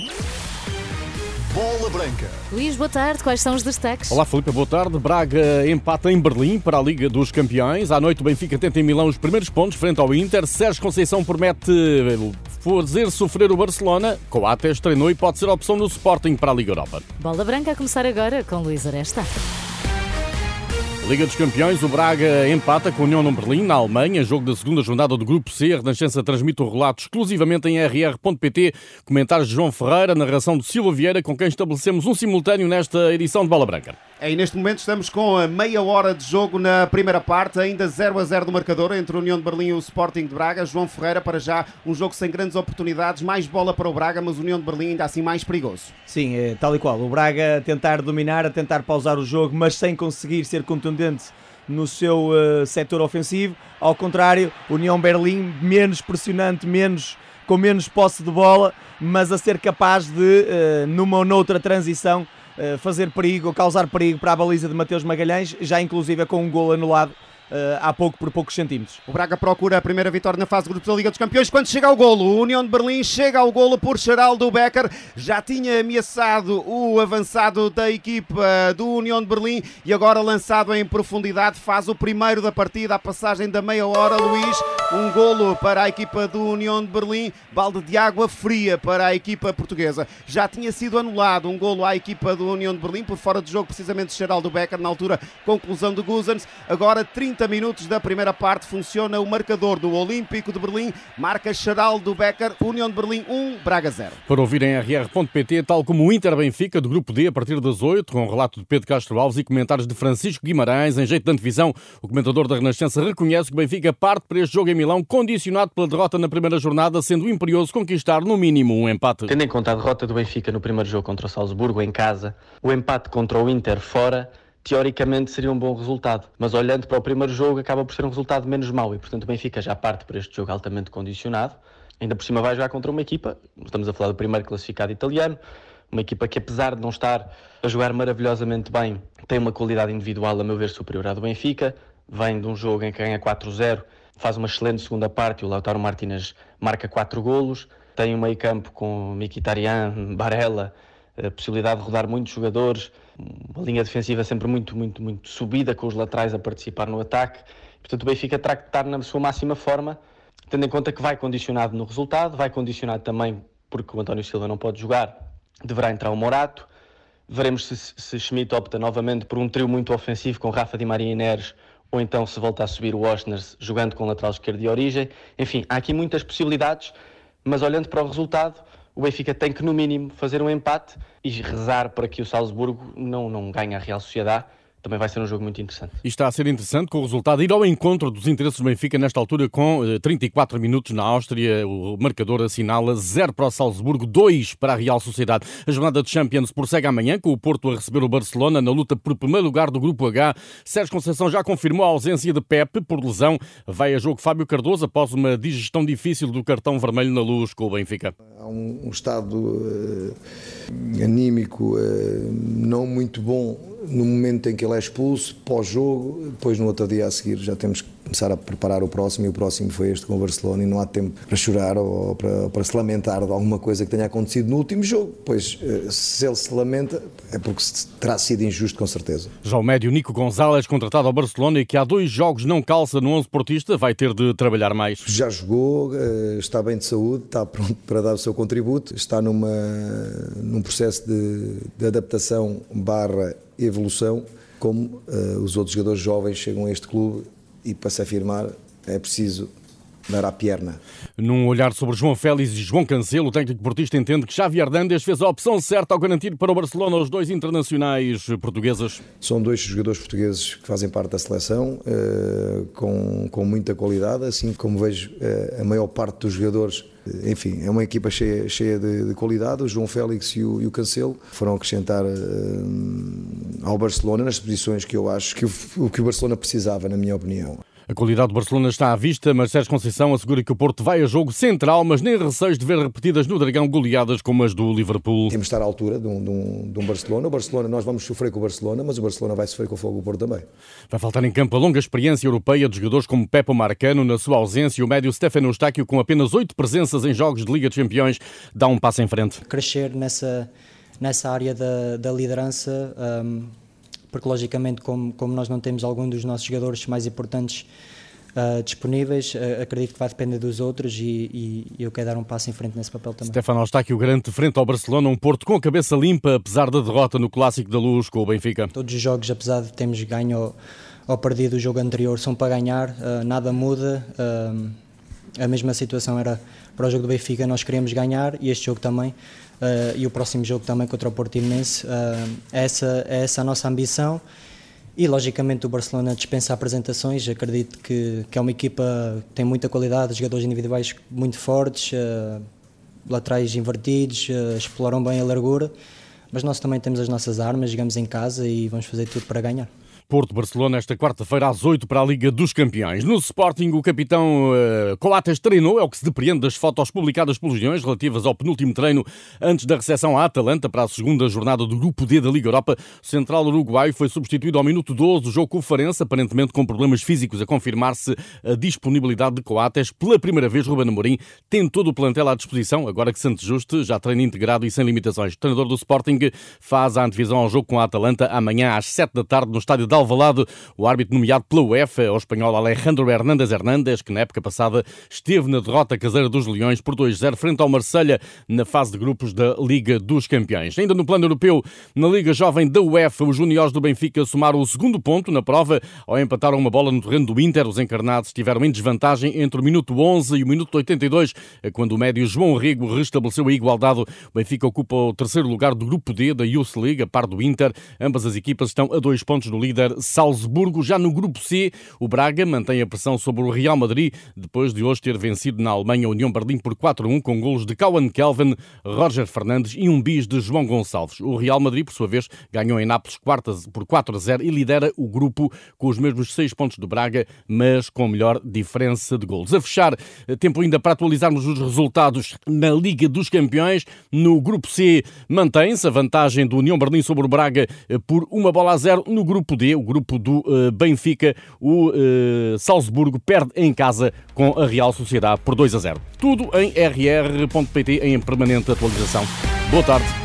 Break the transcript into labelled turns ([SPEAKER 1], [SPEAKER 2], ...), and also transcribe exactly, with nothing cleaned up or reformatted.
[SPEAKER 1] Bola Branca.
[SPEAKER 2] Luís, boa tarde. Quais são os destaques?
[SPEAKER 3] Olá, Filipe, boa tarde. Braga empata em Berlim para a Liga dos Campeões. À noite o Benfica tenta em Milão os primeiros pontos frente ao Inter. Sérgio Conceição promete fazer sofrer o Barcelona. Coates treinou e pode ser a opção no Sporting para a Liga Europa.
[SPEAKER 2] Bola Branca a começar agora com Luís Aresta.
[SPEAKER 3] Liga dos Campeões, o Braga empata com a União de Berlim, na Alemanha, jogo da segunda jornada do Grupo C. A Renascença transmite o relato exclusivamente em r r ponto p t. Comentários de João Ferreira, narração de Silva Vieira, com quem estabelecemos um simultâneo nesta edição de Bola Branca.
[SPEAKER 4] É, e neste momento estamos com a meia hora de jogo na primeira parte, ainda zero a zero do marcador entre a União de Berlim e o Sporting de Braga. João Ferreira, para já, um jogo sem grandes oportunidades, mais bola para o Braga, mas a União de Berlim ainda assim mais perigoso.
[SPEAKER 5] Sim, é tal e qual. O Braga a tentar dominar, a tentar pausar o jogo, mas sem conseguir ser contundente no seu uh, setor ofensivo. Ao contrário, União Berlim menos pressionante, menos, com menos posse de bola, mas a ser capaz de, uh, numa ou noutra transição, uh, fazer perigo, ou causar perigo para a baliza de Mateus Magalhães, já inclusive com um golo anulado Uh, há pouco, por poucos centímetros.
[SPEAKER 4] O Braga procura a primeira vitória na fase de grupos da Liga dos Campeões. Quando chega ao golo, o União de Berlim chega ao golo por Geraldo Becker. Já tinha ameaçado o avançado da equipa do União de Berlim e agora lançado em profundidade, faz o primeiro da partida, a passagem da meia hora. Luís, um golo para a equipa do União de Berlim, balde de água fria para a equipa portuguesa. Já tinha sido anulado um golo à equipa do União de Berlim por fora de jogo, precisamente de Geraldo Becker, na altura conclusão de Guzans. Agora trinta minutos da primeira parte, funciona o marcador do Olímpico de Berlim, marca Geraldo Becker, União de Berlim um, Braga zero.
[SPEAKER 3] Para ouvir em r r ponto p t, tal como o Inter Benfica do Grupo D, a partir das oito, com o relato de Pedro Castro Alves e comentários de Francisco Guimarães. Em jeito de antevisão, o comentador da Renascença reconhece que o Benfica parte para este jogo em Milão condicionado pela derrota na primeira jornada, sendo imperioso conquistar no mínimo um empate.
[SPEAKER 6] Tendo em conta a derrota do Benfica no primeiro jogo contra o Salzburgo em casa, o empate contra o Inter fora, teoricamente seria um bom resultado, mas olhando para o primeiro jogo acaba por ser um resultado menos mau e portanto o Benfica já parte para este jogo altamente condicionado. Ainda por cima vai jogar contra uma equipa, estamos a falar do primeiro classificado italiano, uma equipa que apesar de não estar a jogar maravilhosamente bem, tem uma qualidade individual a meu ver superior à do Benfica, vem de um jogo em que ganha quatro zero, faz uma excelente segunda parte e o Lautaro Martínez marca quatro golos, tem um meio campo com Mkhitaryan, Barella, a possibilidade de rodar muitos jogadores, uma linha defensiva sempre muito, muito, muito subida, com os laterais a participar no ataque. Portanto, o Benfica terá que estar na sua máxima forma, tendo em conta que vai condicionado no resultado, vai condicionado também porque o António Silva não pode jogar, deverá entrar o Morato. Veremos se, se Schmidt opta novamente por um trio muito ofensivo com Rafa Di Maria e Neres, ou então se volta a subir o Oshner jogando com o lateral esquerdo de origem. Enfim, há aqui muitas possibilidades, mas olhando para o resultado, o Benfica tem que, no mínimo, fazer um empate e rezar para que o Salzburgo não, não ganhe a Real Sociedade. Também vai ser um jogo muito interessante.
[SPEAKER 3] E está a ser interessante com o resultado ir ao encontro dos interesses do Benfica nesta altura com trinta e quatro minutos na Áustria. O marcador assinala zero para o Salzburgo, dois para a Real Sociedade. A jornada de Champions prossegue amanhã com o Porto a receber o Barcelona na luta por primeiro lugar do Grupo H. Sérgio Conceição já confirmou a ausência de Pepe por lesão. Vai a jogo Fábio Cardoso após uma digestão difícil do cartão vermelho na Luz com o Benfica.
[SPEAKER 7] Há um, um estado uh, anímico uh, não muito bom no momento em que ele é expulso, pós-jogo, depois no outro dia a seguir já temos que começar a preparar o próximo, e o próximo foi este com o Barcelona, e não há tempo para chorar ou para, para se lamentar de alguma coisa que tenha acontecido no último jogo, pois se ele se lamenta é porque terá sido injusto, com certeza.
[SPEAKER 3] Já o médio Nico Gonzalez, contratado ao Barcelona e que há dois jogos não calça no onze portista, vai ter de trabalhar mais.
[SPEAKER 7] Já jogou, está bem de saúde, está pronto para dar o seu contributo, está numa, num processo de, de adaptação barra evolução, como uh, os outros jogadores jovens chegam a este clube e para se afirmar é preciso dar à perna.
[SPEAKER 3] Num olhar sobre João Félix e João Cancelo, o técnico portista entende que Xavi Hernández fez a opção certa ao garantir para o Barcelona os dois internacionais portugueses.
[SPEAKER 7] São dois jogadores portugueses que fazem parte da seleção, uh, com, com muita qualidade, assim como vejo uh, a maior parte dos jogadores. Enfim, é uma equipa cheia, cheia de, de qualidade. O João Félix e o, e o Cancelo foram acrescentar uh, ao Barcelona nas posições que eu acho que o, que o Barcelona precisava, na minha opinião.
[SPEAKER 3] A qualidade do Barcelona está à vista, mas Sérgio Conceição assegura que o Porto vai a jogo central, mas nem receios de ver repetidas no Dragão goleadas como as do Liverpool.
[SPEAKER 7] Temos de estar à altura de um, de, um, de um Barcelona. O Barcelona, nós vamos sofrer com o Barcelona, mas o Barcelona vai sofrer com o Fogo do Porto também.
[SPEAKER 3] Vai faltar em campo a longa experiência europeia de jogadores como Pepe Marcano. Na sua ausência, o médio Stefano Eustáquio, com apenas oito presenças em jogos de Liga dos Campeões, dá um passo em frente.
[SPEAKER 1] Crescer nessa, nessa área da, da liderança, um, porque logicamente como, como nós não temos algum dos nossos jogadores mais importantes uh, disponíveis, uh, acredito que vai depender dos outros e, e eu quero dar um passo em frente nesse papel também.
[SPEAKER 3] Stefano Eustáquio garante frente ao Barcelona um Porto com a cabeça limpa, apesar da derrota no Clássico da Luz com o Benfica.
[SPEAKER 1] Todos os jogos, apesar de termos ganho ou, ou perdido o jogo anterior, são para ganhar, uh, nada muda. Uh, a mesma situação era para o jogo do Benfica, nós queríamos ganhar e este jogo também. Uh, e o próximo jogo também contra o Portimonense. Uh, essa, é essa a nossa ambição e logicamente o Barcelona dispensa apresentações. Acredito que, que é uma equipa que tem muita qualidade, jogadores individuais muito fortes, uh, laterais invertidos, uh, exploram bem a largura, mas nós também temos as nossas armas, jogamos em casa e vamos fazer tudo para ganhar.
[SPEAKER 3] Porto-Barcelona esta quarta-feira às oito para a Liga dos Campeões. No Sporting, o capitão uh, Coates treinou, é o que se depreende das fotos publicadas pelos Leões relativas ao penúltimo treino antes da recepção à Atalanta para a segunda jornada do Grupo D da Liga Europa. O central uruguaio foi substituído ao minuto doze do jogo com o Farense, aparentemente com problemas físicos, a confirmar-se a disponibilidade de Coates. Pela primeira vez, Ruben Amorim tem todo o plantel à disposição, agora que Santos Juste já treina integrado e sem limitações. O treinador do Sporting faz a antevisão ao jogo com a Atalanta amanhã às sete da tarde no estádio de Alvalade. O árbitro nomeado pela UEFA, o espanhol Alejandro Hernández Hernández, que na época passada esteve na derrota caseira dos Leões por dois a zero frente ao Marselha na fase de grupos da Liga dos Campeões. Ainda no plano europeu, na Liga Jovem da UEFA, os juniores do Benfica somaram o segundo ponto na prova ao empatar uma bola no terreno do Inter. Os encarnados estiveram em desvantagem entre o minuto onze e o minuto oitenta e dois, quando o médio João Rego restabeleceu a igualdade. O Benfica ocupa o terceiro lugar do Grupo D da Youth League, a par do Inter. Ambas as equipas estão a dois pontos do líder Salzburgo. Já no Grupo C, o Braga mantém a pressão sobre o Real Madrid, depois de hoje ter vencido na Alemanha a União Berlim por quatro a um, com golos de Cauan Kelvin, Roger Fernandes e um bis de João Gonçalves. O Real Madrid, por sua vez, ganhou em Nápoles por quatro a zero e lidera o grupo com os mesmos seis pontos do Braga, mas com melhor diferença de golos. A fechar, tempo ainda para atualizarmos os resultados na Liga dos Campeões. No Grupo C, mantém-se a vantagem do União Berlim sobre o Braga por uma bola a zero. No Grupo D, o grupo do uh, Benfica, o uh, Salzburgo perde em casa com a Real Sociedade por dois a zero. Tudo em r r ponto p t em permanente atualização. Boa tarde.